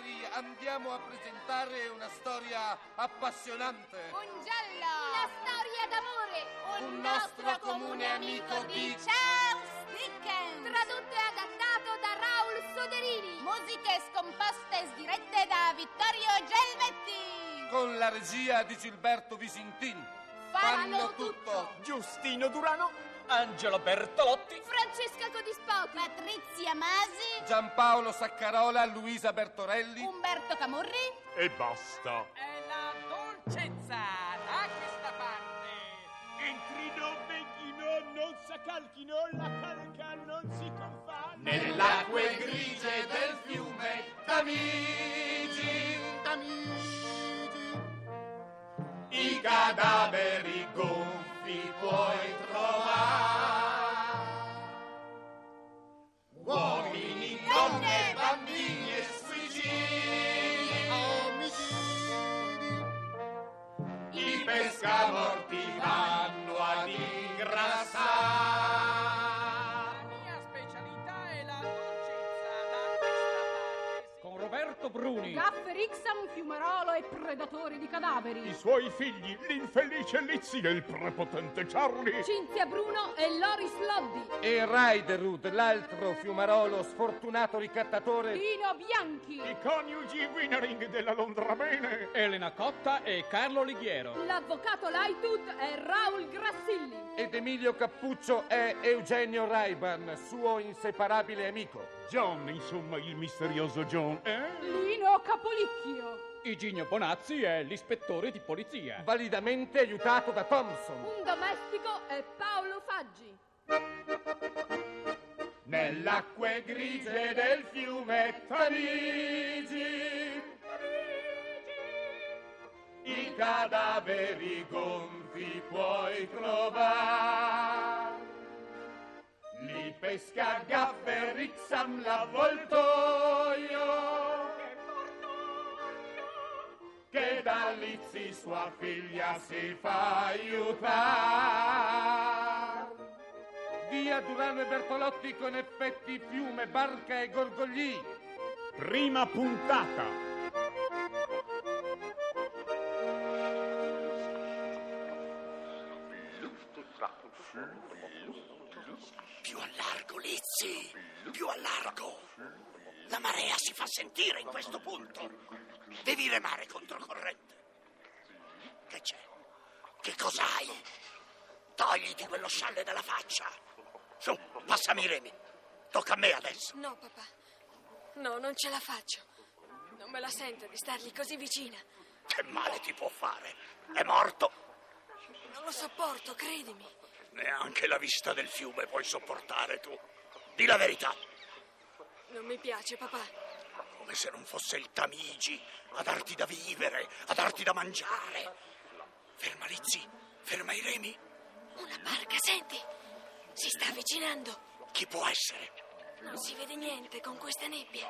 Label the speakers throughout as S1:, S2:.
S1: Cadaveri andiamo a presentare una storia appassionante.
S2: Un giallo! Una storia d'amore!
S1: Un nostro comune amico di
S2: Charles Dickens! Tradotto e adattato da Raul Soderini! Musiche scomposte e dirette da Vittorio Gelmetti!
S1: Con la regia di Gilberto Visintin. Fanno tutto
S3: Giustino Durano, Angelo Bertolotti,
S2: Francesca Codispoti, Patrizia Masi,
S1: Giampaolo Saccarola, Luisa Bertorelli,
S2: Umberto Camurri
S3: e basta.
S4: È la dolcezza da questa parte.
S3: Entrino, vecchino, non s'accalchino, la calca non si confà.
S1: nell'acque grigie del fiume Tamigi, i cadaveri gonfi puoi trovare, uomini, donne, bambini e suicidi, i pescamorti vanno ad ingrassare.
S4: La mia specialità è la dolcezza da questa parte.
S5: Con Roberto Bruni,
S6: Gaffer Ixam, Fiumarolo e Predatori di cadaveri.
S3: I suoi figli, l'infelice Lizzie e il prepotente Charlie.
S6: Cinzia Bruno e Loris Loddi.
S1: E Riderwood, l'altro fiumarolo sfortunato ricattatore.
S6: Lino Bianchi.
S3: I coniugi Winnering della Londra Bene.
S5: Elena Cotta e Carlo Lighiero.
S6: L'avvocato Lightwood è Raul Grassilli.
S1: Ed Emilio Cappuccio è Eugenio Raiban, suo inseparabile amico.
S3: John, insomma, il misterioso John,
S6: Lino Capolicchio.
S5: Igigno Bonazzi è l'ispettore di polizia.
S1: Validamente aiutato da Thompson.
S6: Un domestico è Paolo Faggi.
S1: Nell'acque grigie del fiume Tamigi, i cadaveri gonfi puoi trovare. Li pesca Gaffer Ixam l'avvoltoio, che da Lizzie sua figlia si fa aiutare. Via Durano e Bertolotti con effetti fiume, barca e gorgogli.
S3: prima puntata.
S7: Più a largo, Lizzie, più a largo. La marea si fa sentire in questo punto. Devi remare controcorrente. Che c'è? Che cosa hai? Togliti quello scialle dalla faccia. Su, passami i remi. Tocca a me adesso.
S8: No, papà. No, non ce la faccio. Non me la sento di stargli così vicina.
S7: Che male ti può fare? È morto.
S8: Non lo sopporto, credimi.
S7: Neanche la vista del fiume puoi sopportare tu. Di la verità.
S8: Non mi piace, papà.
S7: Come se non fosse il Tamigi a darti da vivere, a darti da mangiare. Ferma, Lizzie, ferma i remi.
S8: Una barca, senti. Si sta avvicinando.
S7: Chi può essere?
S8: Non si vede niente con questa nebbia.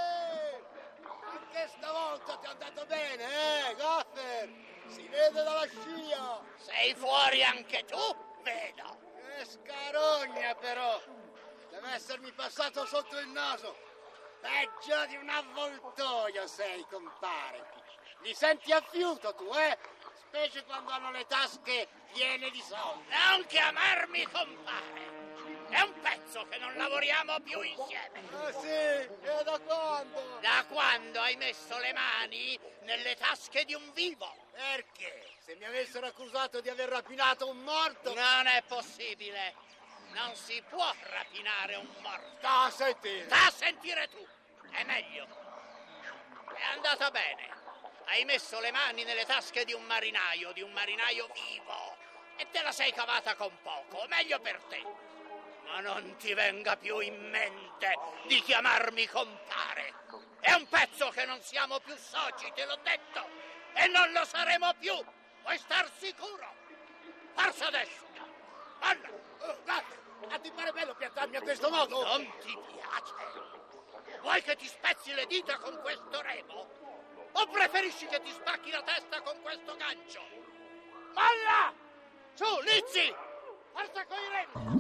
S9: Anche stavolta ti è andato bene, Gaffer? Si vede dalla scia.
S7: Sei fuori anche tu? Vedo.
S9: Che scarogna, però. Deve essermi passato sotto il naso. Peggio di un avvoltoio sei, compare. Li senti a fiuto tu, Specie quando hanno le tasche piene di soldi.
S7: Non chiamarmi compare. È un pezzo che non lavoriamo più insieme.
S9: Ah sì? E da quando?
S7: Da quando hai messo le mani nelle tasche di un vivo?
S9: Perché? Se mi avessero accusato di aver rapinato un morto...
S7: Non è possibile. Non si può rapinare un morto.
S9: Sta a sentire.
S7: Sta a sentire tu. È meglio. È andata bene. Hai messo le mani nelle tasche di un marinaio vivo. E te la sei cavata con poco. Meglio per te. Ma non ti venga più in mente di chiamarmi compare. È un pezzo che non siamo più soci, te l'ho detto. E non lo saremo più. Puoi star sicuro. Forza adesso. Anna.
S9: A ti pare bello piantarmi a questo modo?
S7: Non ti piace? Vuoi che ti spezzi le dita con questo remo? O preferisci che ti spacchi la testa con questo gancio? Molla! Su, Lizzie! Forza con i remi!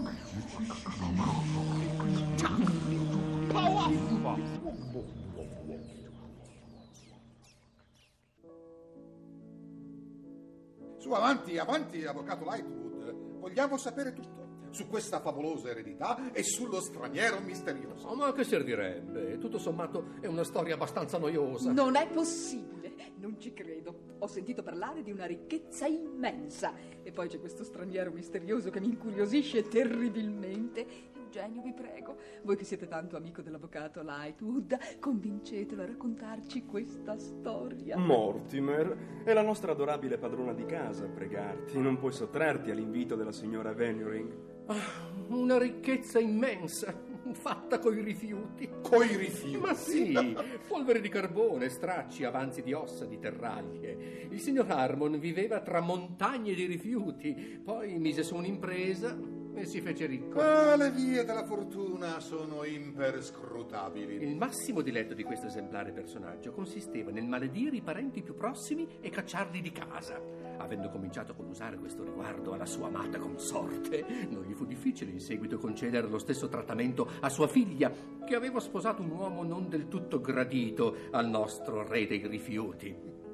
S10: Su, avanti, avvocato Lightwood. Vogliamo sapere tutto su questa favolosa eredità e sullo straniero misterioso.
S11: Ma che servirebbe? Tutto sommato è una storia abbastanza noiosa.
S6: Non è possibile, non ci credo. Ho sentito parlare di una ricchezza immensa. E poi c'è questo straniero misterioso che mi incuriosisce terribilmente. Eugenio, vi prego, voi che siete tanto amico dell'avvocato Lightwood, convincetelo a raccontarci questa storia.
S12: Mortimer, è la nostra adorabile padrona di casa a pregarti. Non puoi sottrarti all'invito della signora Venuring.
S11: Una ricchezza immensa, fatta coi rifiuti.
S10: Coi rifiuti?
S11: Ma sì, polvere di carbone, stracci, avanzi di ossa, di terraglie. Il signor Harmon viveva tra montagne di rifiuti, poi mise su un'impresa e si fece ricco.
S10: Le vie della fortuna sono imperscrutabili.
S11: Il massimo diletto di questo esemplare personaggio consisteva nel maledire i parenti più prossimi e cacciarli di casa. Avendo cominciato con usare questo riguardo alla sua amata consorte, non gli fu difficile in seguito concedere lo stesso trattamento a sua figlia, che aveva sposato un uomo non del tutto gradito al nostro re dei rifiuti.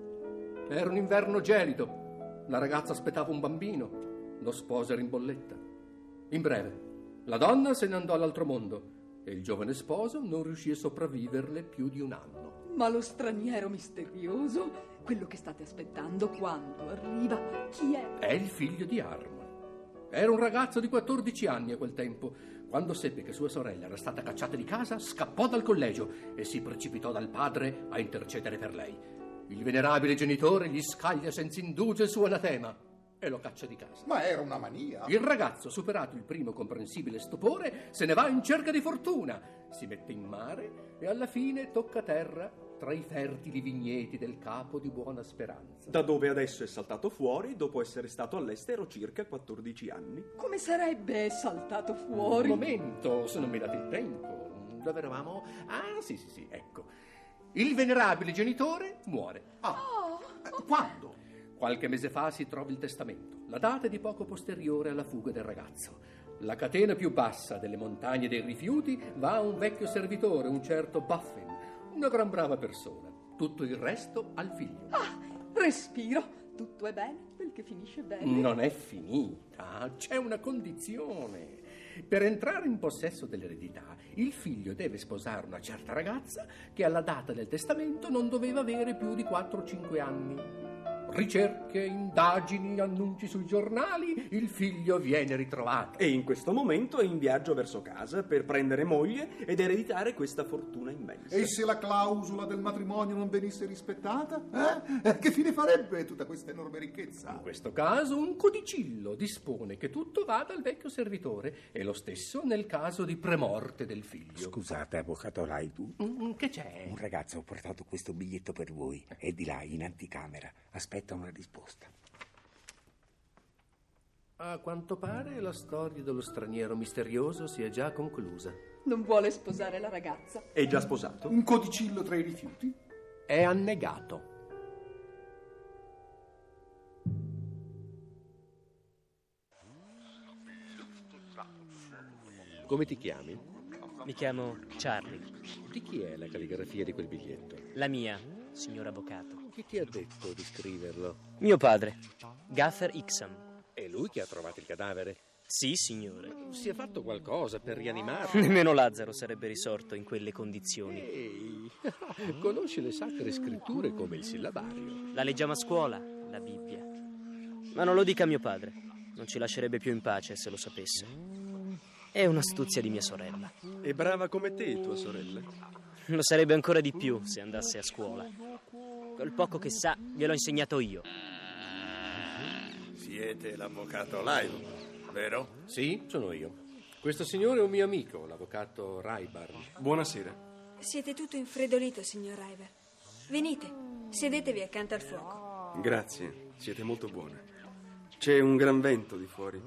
S11: Era un inverno gelido, la ragazza aspettava un bambino, lo sposo era in bolletta. In breve, la donna se ne andò all'altro mondo e il giovane sposo non riuscì a sopravviverle più di un anno.
S6: Ma lo straniero misterioso, quello che state aspettando, quando arriva, chi è?
S11: È il figlio di Harmon. Era un ragazzo di 14 anni a quel tempo. Quando seppe che sua sorella era stata cacciata di casa, scappò dal collegio e si precipitò dal padre a intercedere per lei. Il venerabile genitore gli scaglia senza indugio il suo anatema e lo caccia di casa.
S10: Ma era una mania.
S11: Il ragazzo, superato il primo comprensibile stupore, se ne va in cerca di fortuna, si mette in mare e alla fine tocca terra tra i fertili vigneti del Capo di Buona Speranza,
S12: da dove adesso è saltato fuori dopo essere stato all'estero circa 14 anni.
S6: Come sarebbe saltato fuori?
S11: Un momento, se non mi date il tempo. Dove eravamo? Sì, ecco. Il venerabile genitore muore.
S10: Quando?
S11: Qualche mese fa si trova il testamento. La data è di poco posteriore alla fuga del ragazzo. La catena più bassa delle montagne dei rifiuti va a un vecchio servitore, un certo Buffin, una gran brava persona. Tutto il resto al figlio.
S6: Respiro. Tutto è bene, quel che finisce bene.
S11: Non è finita, c'è una condizione. Per entrare in possesso dell'eredità, il figlio deve sposare una certa ragazza che alla data del testamento non doveva avere più di 4 o 5 anni. Ricerche, indagini, annunci sui giornali, il figlio viene ritrovato.
S12: E in questo momento è in viaggio verso casa per prendere moglie ed ereditare questa fortuna immensa.
S10: E se la clausola del matrimonio non venisse rispettata? Che fine farebbe tutta questa enorme ricchezza?
S11: In questo caso un codicillo dispone che tutto vada al vecchio servitore, e lo stesso nel caso di premorte del figlio.
S13: Scusate, avvocato Lightwood.
S11: Che c'è?
S13: Un ragazzo ha portato questo biglietto per voi. È di là, in anticamera. Aspetta una risposta.
S11: A quanto pare la storia dello straniero misterioso si è già conclusa.
S6: Non vuole sposare la ragazza?
S12: È già sposato?
S10: Un codicillo tra i rifiuti?
S11: È annegato.
S14: Come ti chiami?
S15: Mi chiamo Charlie.
S14: Di chi è la calligrafia di quel biglietto?
S15: La mia, signor avvocato.
S14: Chi ti ha detto di scriverlo?
S15: Mio padre, Gaffer Ixam.
S14: È lui che ha trovato il cadavere?
S15: Sì, signore.
S14: Si è fatto qualcosa per rianimarlo?
S15: Nemmeno Lazzaro sarebbe risorto in quelle condizioni.
S14: Ehi, conosci le sacre scritture come il sillabario?
S15: La leggiamo a scuola, la Bibbia. Ma non lo dica a mio padre. Non ci lascerebbe più in pace se lo sapesse. È un'astuzia di mia sorella.
S12: È brava come te, tua sorella?
S15: Lo sarebbe ancora di più se andasse a scuola. Quel poco che sa, gliel'ho insegnato io.
S16: Siete l'avvocato Lightwood, vero?
S11: Sì, sono io. Questo signore è un mio amico, l'avvocato Ryburn.
S12: Buonasera.
S8: Siete tutto infreddolito, signor Ryburn. Venite, sedetevi accanto al fuoco.
S12: Grazie, siete molto buone. C'è un gran vento di fuori.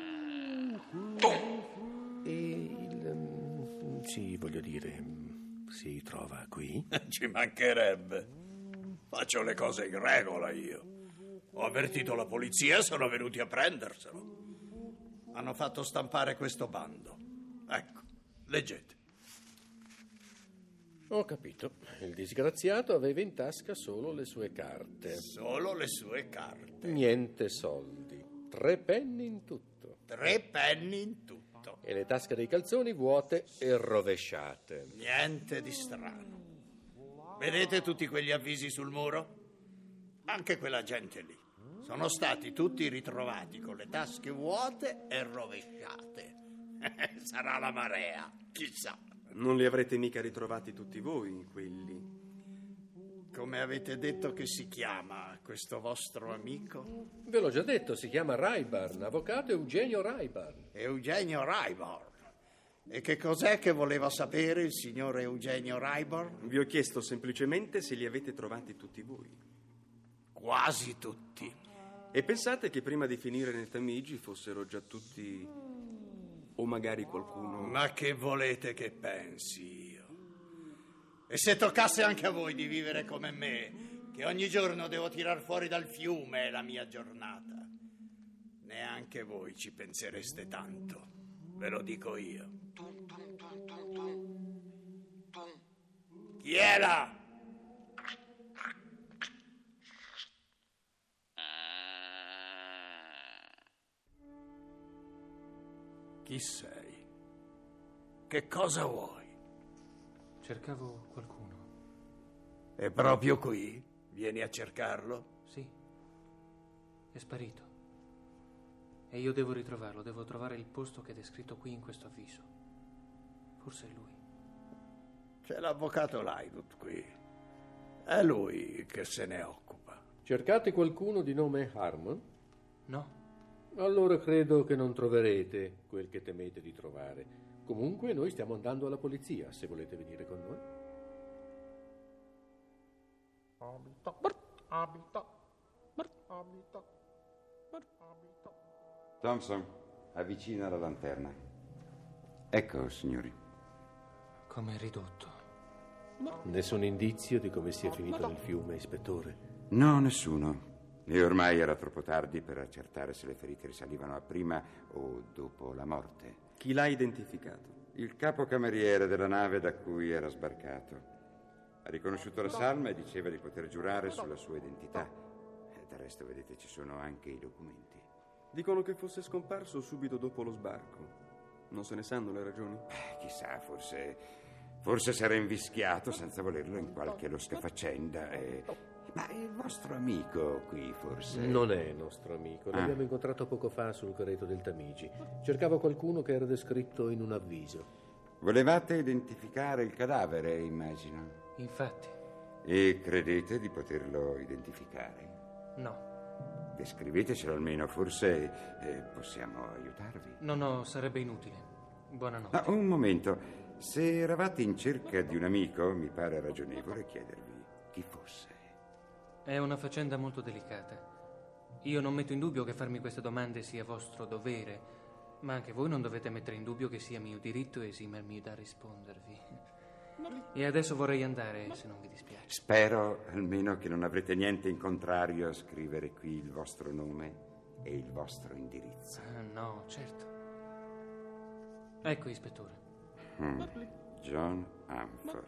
S14: Sì, voglio dire, si trova qui?
S16: Ci mancherebbe. Faccio le cose in regola io. Ho avvertito la polizia e sono venuti a prenderselo. Hanno fatto stampare questo bando. Ecco, leggete.
S14: Ho capito. Il disgraziato aveva in tasca solo le sue carte.
S16: Solo le sue carte.
S14: Niente soldi. 3 penny in tutto.
S16: 3 penny in tutto.
S14: E le tasche dei calzoni vuote e rovesciate.
S16: Niente di strano. Vedete tutti quegli avvisi sul muro? Anche quella gente lì. Sono stati tutti ritrovati con le tasche vuote e rovesciate. Sarà la marea, chissà.
S12: Non li avrete mica ritrovati tutti voi, quelli.
S16: Come avete detto che si chiama questo vostro amico?
S14: Ve l'ho già detto, si chiama Rayburn, avvocato Eugenio Rayburn.
S16: Eugenio Rayburn. E che cos'è che voleva sapere il signor Eugenio Rayburn?
S12: Vi ho chiesto semplicemente se li avete trovati tutti voi.
S16: Quasi tutti.
S12: E pensate che prima di finire nel Tamigi fossero già tutti... o magari qualcuno...
S16: Ma che volete che pensi io? E se toccasse anche a voi di vivere come me, che ogni giorno devo tirar fuori dal fiume la mia giornata, neanche voi ci pensereste tanto, ve lo dico io. Chi è là? Chi sei? Che cosa vuoi?
S17: Cercavo qualcuno.
S16: È proprio qui? Vieni a cercarlo?
S17: Sì. È sparito. E io devo ritrovarlo, devo trovare il posto che è descritto qui in questo avviso. Forse è lui.
S16: C'è l'avvocato Lywood qui. È lui che se ne occupa.
S14: Cercate qualcuno di nome Harmon?
S17: No.
S14: Allora credo che non troverete quel che temete di trovare. Comunque noi stiamo andando alla polizia, se volete venire con noi.
S13: Thompson, avvicina la lanterna. Ecco, signori.
S17: Come ridotto.
S14: Nessun indizio di come sia finito nel fiume, ispettore?
S13: No, nessuno. E ormai era troppo tardi per accertare se le ferite risalivano a prima o dopo la morte.
S12: Chi l'ha identificato?
S13: Il capocameriere della nave da cui era sbarcato. Ha riconosciuto la salma e diceva di poter giurare sulla sua identità. E del resto, vedete, ci sono anche i documenti.
S12: Dicono che fosse scomparso subito dopo lo sbarco. Non se ne sanno le ragioni?
S13: Chissà, forse s'era invischiato senza volerlo in qualche losca faccenda e... Ma il vostro amico qui, forse?
S14: Non è nostro amico, l'abbiamo incontrato poco fa sul corretto del Tamigi. Cercavo qualcuno che era descritto in un avviso.
S13: Volevate identificare il cadavere, immagino.
S17: Infatti.
S13: E credete di poterlo identificare?
S17: No.
S13: Descrivetecelo almeno, forse possiamo aiutarvi.
S17: No, sarebbe inutile. Buonanotte.
S13: Ma un momento, se eravate in cerca di un amico, mi pare ragionevole chiedervi chi fosse.
S17: È una faccenda molto delicata. Io non metto in dubbio che farmi queste domande sia vostro dovere, ma anche voi non dovete mettere in dubbio che sia mio diritto esimermi da rispondervi. E adesso vorrei andare, se non vi dispiace.
S13: Spero almeno che non avrete niente in contrario a scrivere qui il vostro nome e il vostro indirizzo.
S17: No, certo. Ecco, ispettore.
S13: John Amphor,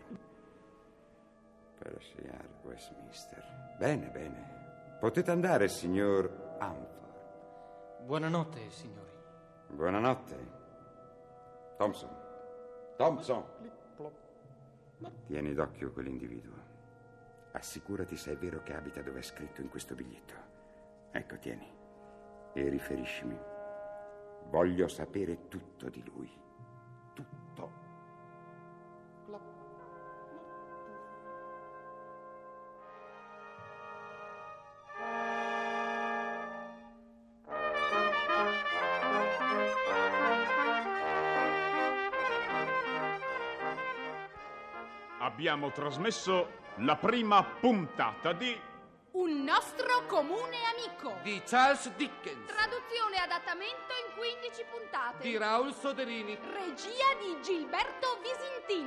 S13: Persiar, Westminster. Bene. Potete andare, signor Amphor.
S17: Buonanotte, signori.
S13: Buonanotte. Thompson. Tieni d'occhio quell'individuo. Assicurati se è vero che abita dove è scritto in questo biglietto. Ecco, tieni. E riferiscimi. Voglio sapere tutto di lui. Tutto.
S3: Abbiamo trasmesso la prima puntata di
S2: Un nostro comune amico
S1: di Charles Dickens.
S2: Traduzione e adattamento in 15 puntate
S1: Di Raul Soderini.
S2: Regia di Gilberto Visintin.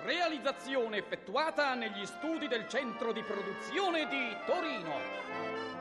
S5: Realizzazione effettuata negli studi del centro di produzione di Torino.